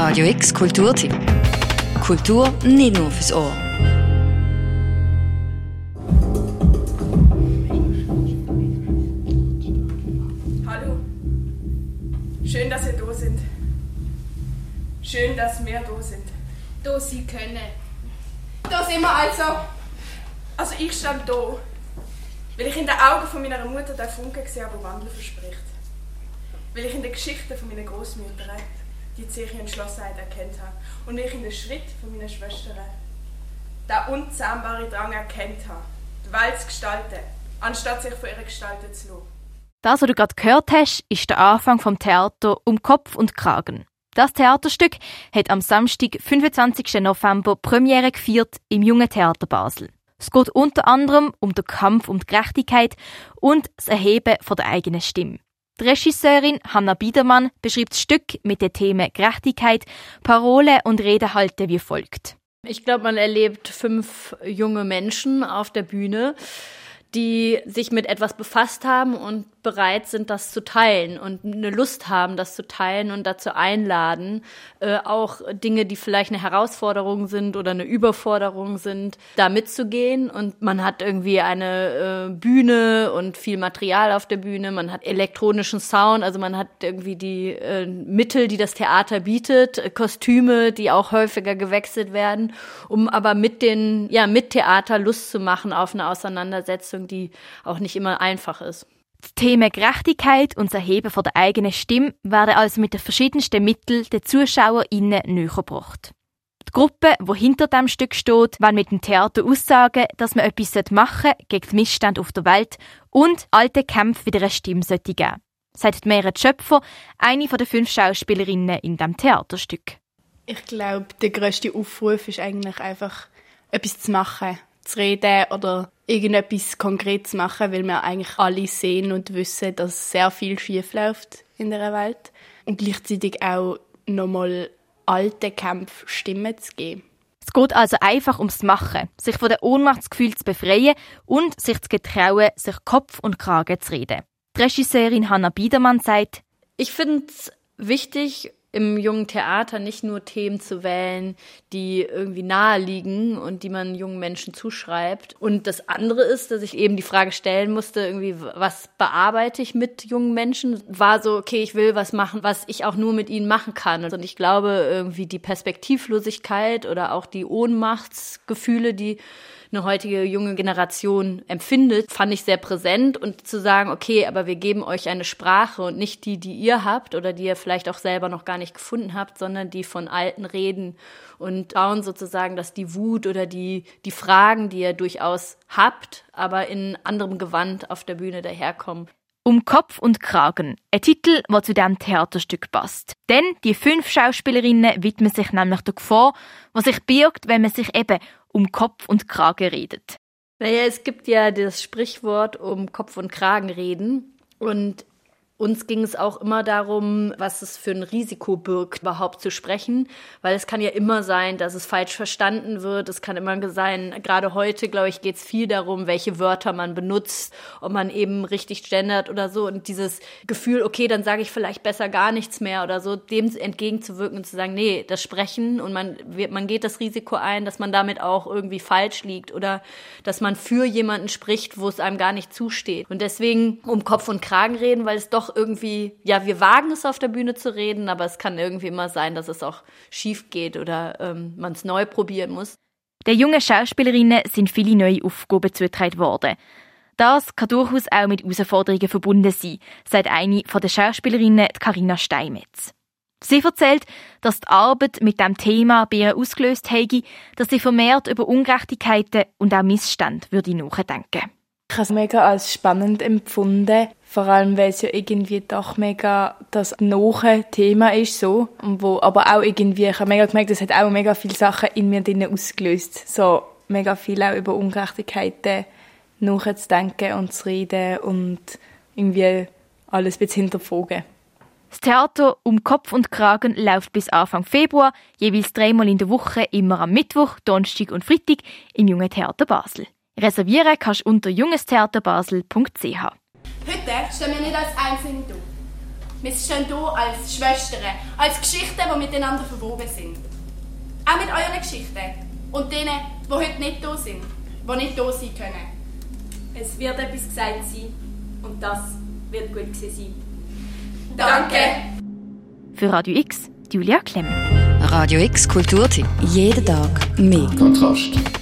Radio X Kulturtipp. Kultur nicht nur fürs Ohr. Hallo. Schön, dass ihr da sind. Schön, dass wir da sind. Da sein können. Da sind wir also. Also ich stand da, weil ich in den Augen von meiner Mutter den Funken gesehen habe, der Wandel verspricht. Weil ich in den Geschichten von meiner Großmutter die Zeche und Entschlossenheit erkannt habe. Und weil ich in den Schritt von meiner Schwestern den unzähmbaren Drang erkannt habe, die Welt zu gestalten, anstatt sich von ihrer gestalten zu lassen. Das, was du gerade gehört hast, ist der Anfang vom Theater «Um Kopf und Kragen». Das Theaterstück hat am Samstag, 25. November, Premiere gefeiert im Jungen Theater Basel. Es geht unter anderem um den Kampf um die Gerechtigkeit und das Erheben von der eigenen Stimme. Die Regisseurin Hanna Biedermann beschreibt das Stück mit den Themen Gerechtigkeit, Parole und Redehalte wie folgt. Ich glaube, man erlebt 5 junge Menschen auf der Bühne, die sich mit etwas befasst haben und bereit sind, das zu teilen und eine Lust haben, das zu teilen und dazu einladen, auch Dinge, die vielleicht eine Herausforderung sind oder eine Überforderung sind, da mitzugehen. Und man hat irgendwie eine Bühne und viel Material auf der Bühne, man hat elektronischen Sound, also man hat irgendwie die Mittel, die das Theater bietet, Kostüme, die auch häufiger gewechselt werden, um aber mit Theater Lust zu machen auf eine Auseinandersetzung, die auch nicht immer einfach ist. Die Themen Gerechtigkeit und das Erheben von der eigenen Stimme werden also mit den verschiedensten Mitteln den ZuschauerInnen nähergebracht. Die Gruppe, die hinter dem Stück steht, will mit dem Theater aussagen, dass man etwas machen sollte gegen die Missstände auf der Welt und alte Kämpfe wieder eine Stimme geben sollte, sagt Merit Schöpfer, eine der 5 Schauspielerinnen in diesem Theaterstück. Ich glaube, der grösste Aufruf ist eigentlich einfach, etwas zu machen, zu reden oder irgendetwas konkret zu machen, weil wir eigentlich alle sehen und wissen, dass sehr viel schiefläuft in der Welt. Und gleichzeitig auch nochmal alte Kämpfe Stimmen zu geben. Es geht also einfach ums Machen, sich von dem Ohnmachtsgefühl zu befreien und sich zu getrauen, sich Kopf und Kragen zu reden. Die Regisseurin Hanna Biedermann sagt: Ich finde es wichtig, im Jungen Theater nicht nur Themen zu wählen, die irgendwie nahe liegen und die man jungen Menschen zuschreibt. Und das andere ist, dass ich eben die Frage stellen musste, irgendwie, was bearbeite ich mit jungen Menschen? War so, okay, ich will was machen, was ich auch nur mit ihnen machen kann. Und ich glaube, irgendwie die Perspektivlosigkeit oder auch die Ohnmachtsgefühle, die eine heutige junge Generation empfindet, fand ich sehr präsent. Und zu sagen, okay, aber wir geben euch eine Sprache und nicht die ihr habt oder die ihr vielleicht auch selber noch gar nicht gefunden habt, sondern die von Alten reden und schauen sozusagen, dass die Wut oder die Fragen, die ihr durchaus habt, aber in anderem Gewand auf der Bühne daherkommen. Um Kopf und Kragen. Ein Titel, der zu diesem Theaterstück passt. Denn die 5 Schauspielerinnen widmen sich nämlich der Gefahr, die sich birgt, wenn man sich eben um Kopf und Kragen redet. Naja, es gibt ja das Sprichwort um Kopf und Kragen reden. Und uns ging es auch immer darum, was es für ein Risiko birgt, überhaupt zu sprechen. Weil es kann ja immer sein, dass es falsch verstanden wird. Es kann immer sein, gerade heute, glaube ich, geht es viel darum, welche Wörter man benutzt, ob man eben richtig gendert oder so. Und dieses Gefühl, okay, dann sage ich vielleicht besser gar nichts mehr oder so, dem entgegenzuwirken und zu sagen, nee, das Sprechen und man geht das Risiko ein, dass man damit auch irgendwie falsch liegt oder dass man für jemanden spricht, wo es einem gar nicht zusteht. Und deswegen um Kopf und Kragen reden, weil es doch irgendwie, ja, wir wagen es auf der Bühne zu reden, aber es kann irgendwie immer sein, dass es auch schief geht oder man es neu probieren muss. Den jungen Schauspielerinnen sind viele neue Aufgaben zugetragen worden. Das kann durchaus auch mit Herausforderungen verbunden sein, sagt eine der Schauspielerinnen, Carina Steinmetz. Sie erzählt, dass die Arbeit mit diesem Thema bei ihr ausgelöst habe, dass sie vermehrt über Ungerechtigkeiten und auch Missstände nachdenken würde. Ich habe es mega als spannend empfunden, vor allem weil es ja irgendwie doch mega das nahe Thema ist, so, und wo aber auch irgendwie, ich habe mega gemerkt, es hat auch mega viele Sachen in mir drin ausgelöst, so mega viel auch über Ungerechtigkeiten nachzudenken und zu reden und irgendwie alles ein bisschen hinterfragen. Das Theater um Kopf und Kragen läuft bis Anfang Februar, jeweils 3-mal in der Woche, immer am Mittwoch, Donnerstag und Freitag im Jungen Theater Basel. Reservieren kannst du unter jungestheaterbasel.ch. Heute stehen wir nicht als Einzelne da. Wir stehen hier als Schwestern, als Geschichten, die miteinander verwoben sind. Auch mit euren Geschichten und denen, die heute nicht da sind, die nicht da sein können. Es wird etwas gesagt sein und das wird gut gewesen sein. Danke! Für Radio X, Julia Klemm. Radio X Kulturtipp. Jeden Tag mehr. Kontrast.